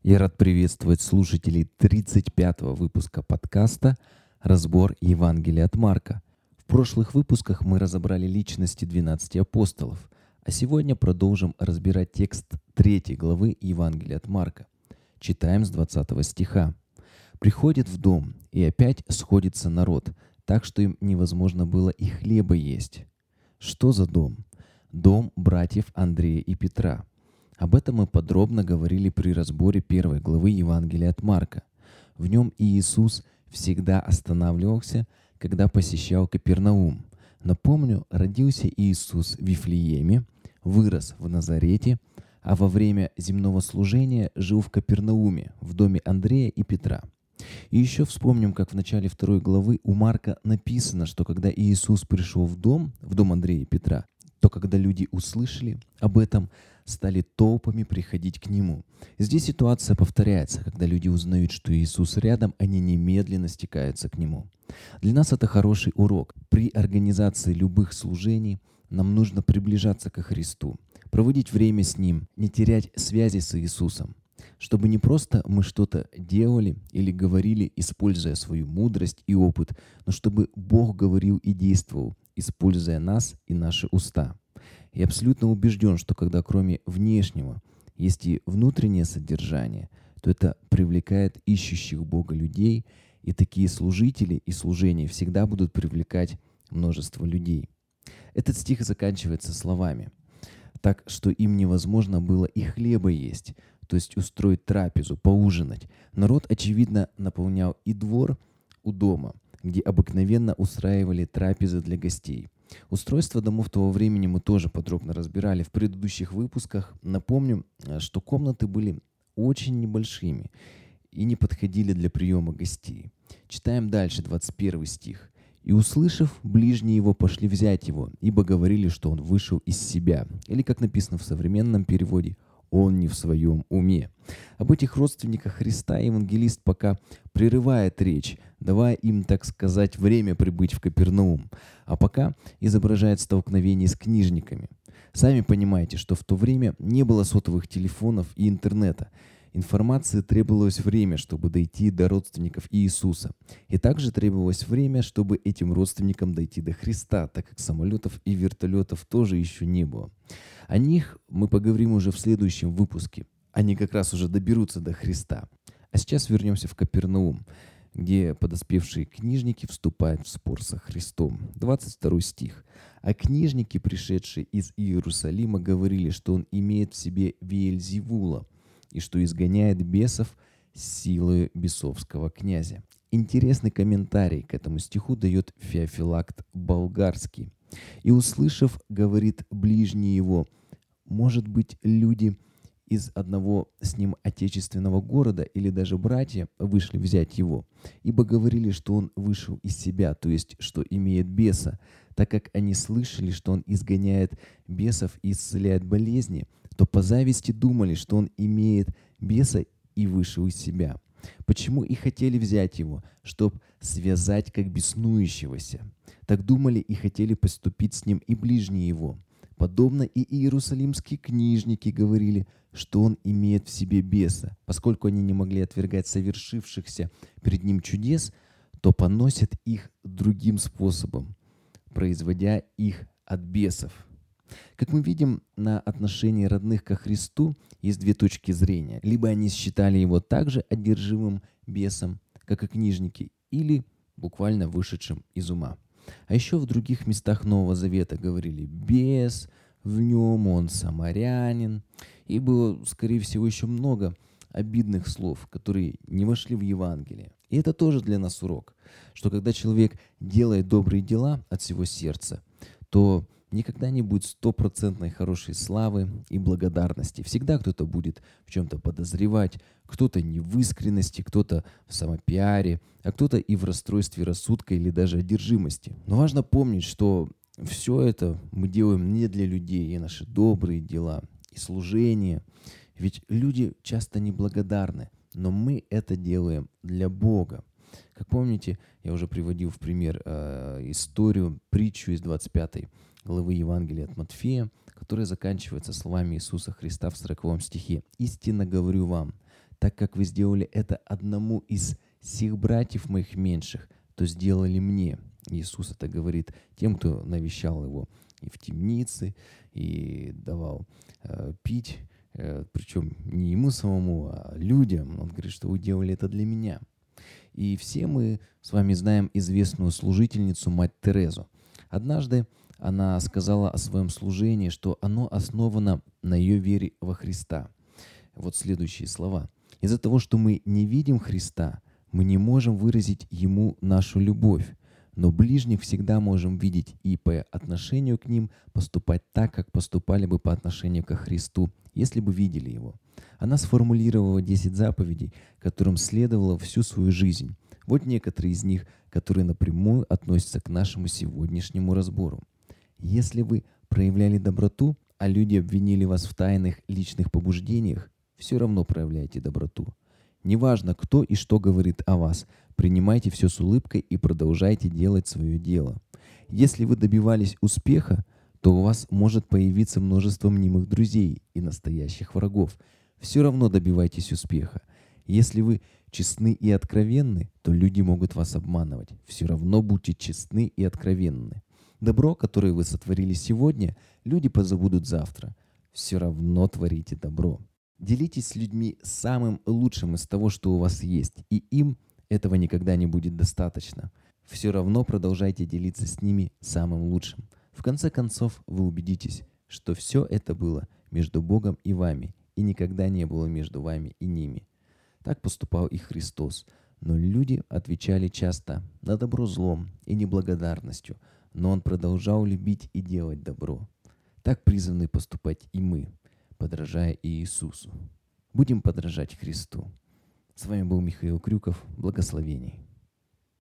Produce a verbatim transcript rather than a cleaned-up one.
Я рад приветствовать слушателей тридцать пятого выпуска подкаста «Разбор Евангелия от Марка». В прошлых выпусках мы разобрали личности двенадцати апостолов, а сегодня продолжим разбирать текст третьей главы Евангелия от Марка. Читаем с двадцатого стиха. «Приходит в дом, и опять сходится народ, так что им невозможно было и хлеба есть». Что за дом? Дом братьев Андрея и Петра. Об этом мы подробно говорили при разборе первой главы Евангелия от Марка. В нем Иисус всегда останавливался, когда посещал Капернаум. Напомню, родился Иисус в Вифлееме, вырос в Назарете, а во время земного служения жил в Капернауме, в доме Андрея и Петра. И еще вспомним, как в начале второй главы у Марка написано, что когда Иисус пришел в дом, в дом Андрея и Петра, то когда люди услышали об этом, стали толпами приходить к Нему. Здесь ситуация повторяется. Когда люди узнают, что Иисус рядом, они немедленно стекаются к Нему. Для нас это хороший урок. При организации любых служений нам нужно приближаться ко Христу, проводить время с Ним, не терять связи с Иисусом, чтобы не просто мы что-то делали или говорили, используя свою мудрость и опыт, но чтобы Бог говорил и действовал, используя нас и наши уста. Я абсолютно убежден, что когда кроме внешнего есть и внутреннее содержание, то это привлекает ищущих Бога людей, и такие служители и служения всегда будут привлекать множество людей. Этот стих заканчивается словами: «Так что им невозможно было и хлеба есть», то есть устроить трапезу, поужинать. Народ, очевидно, наполнял и двор у дома, где обыкновенно устраивали трапезы для гостей. Устройство домов того времени мы тоже подробно разбирали в предыдущих выпусках. Напомню, что комнаты были очень небольшими и не подходили для приема гостей. Читаем дальше, двадцать первый стих. «И, услышав, ближние его пошли взять его, ибо говорили, что он вышел из себя». Или, как написано в современном переводе, «он не в своем уме». Об этих родственниках Христа евангелист пока прерывает речь, давая им, так сказать, время прибыть в Капернаум, а пока изображает столкновение с книжниками. Сами понимаете, что в то время не было сотовых телефонов и интернета. Информации требовалось время, чтобы дойти до родственников Иисуса. И также требовалось время, чтобы этим родственникам дойти до Христа, так как самолетов и вертолетов тоже еще не было. О них мы поговорим уже в следующем выпуске. Они как раз уже доберутся до Христа. А сейчас вернемся в Капернаум, где подоспевшие книжники вступают в спор со Христом. двадцать второй стих. «А книжники, пришедшие из Иерусалима, говорили, что он имеет в себе Веельзевула и что изгоняет бесов силою бесовского князя». Интересный комментарий к этому стиху дает Феофилакт Болгарский. «И услышав, говорит ближний его, может быть, люди из одного с ним отечественного города или даже братья вышли взять его, ибо говорили, что он вышел из себя, то есть, что имеет беса, так как они слышали, что он изгоняет бесов и исцеляет болезни, то по зависти думали, что он имеет беса и вышел из себя. Почему и хотели взять его, чтоб связать как беснующегося? Так думали и хотели поступить с ним и ближние его. Подобно и иерусалимские книжники говорили, что он имеет в себе беса. Поскольку они не могли отвергать совершившихся перед ним чудес, то поносят их другим способом, производя их от бесов». Как мы видим, на отношении родных ко Христу есть две точки зрения. Либо они считали его также одержимым бесом, как и книжники, или буквально вышедшим из ума. А еще в других местах Нового Завета говорили «бес», «в нем он самарянин». И было, скорее всего, еще много обидных слов, которые не вошли в Евангелие. И это тоже для нас урок, что когда человек делает добрые дела от всего сердца, то никогда не будет стопроцентной хорошей славы и благодарности. Всегда кто-то будет в чем-то подозревать, кто-то не в искренности, кто-то в самопиаре, а кто-то и в расстройстве рассудка или даже одержимости. Но важно помнить, что все это мы делаем не для людей, и наши добрые дела, и служение. Ведь люди часто неблагодарны, но мы это делаем для Бога. Как помните, я уже приводил в пример э, историю, притчу из двадцать пятой главы Евангелия от Матфея, которая заканчивается словами Иисуса Христа в сороковом стихе. «Истинно говорю вам, Так как вы сделали это одному из сих братьев моих меньших, то сделали мне». Иисус это говорит тем, кто навещал его и в темнице, и давал э, пить, э, причем не ему самому, а людям. Он говорит, что вы делали это для меня. И все мы с вами знаем известную служительницу мать Терезу. Однажды она сказала о своем служении, что оно основано на ее вере во Христа. Вот следующие слова. «Из-за того, что мы не видим Христа, мы не можем выразить Ему нашу любовь, но ближних всегда можем видеть и по отношению к ним поступать так, как поступали бы по отношению ко Христу, если бы видели Его». Она сформулировала десять заповедей, которым следовала всю свою жизнь. Вот некоторые из них, которые напрямую относятся к нашему сегодняшнему разбору. Если вы проявляли доброту, а люди обвинили вас в тайных личных побуждениях, все равно проявляйте доброту. Неважно, кто и что говорит о вас, принимайте все с улыбкой и продолжайте делать свое дело. Если вы добивались успеха, то у вас может появиться множество мнимых друзей и настоящих врагов. Все равно добивайтесь успеха. Если вы честны и откровенны, то люди могут вас обманывать. Все равно будьте честны и откровенны. Добро, которое вы сотворили сегодня, люди позабудут завтра. Все равно творите добро. Делитесь с людьми самым лучшим из того, что у вас есть, и им этого никогда не будет достаточно. Все равно продолжайте делиться с ними самым лучшим. В конце концов, вы убедитесь, что все это было между Богом и вами, и никогда не было между вами и ними. Так поступал и Христос. Но люди отвечали часто на добро злом и неблагодарностью, но Он продолжал любить и делать добро. Так призваны поступать и мы, подражая Иисусу. Будем подражать Христу. С вами был Михаил Крюков. Благословений.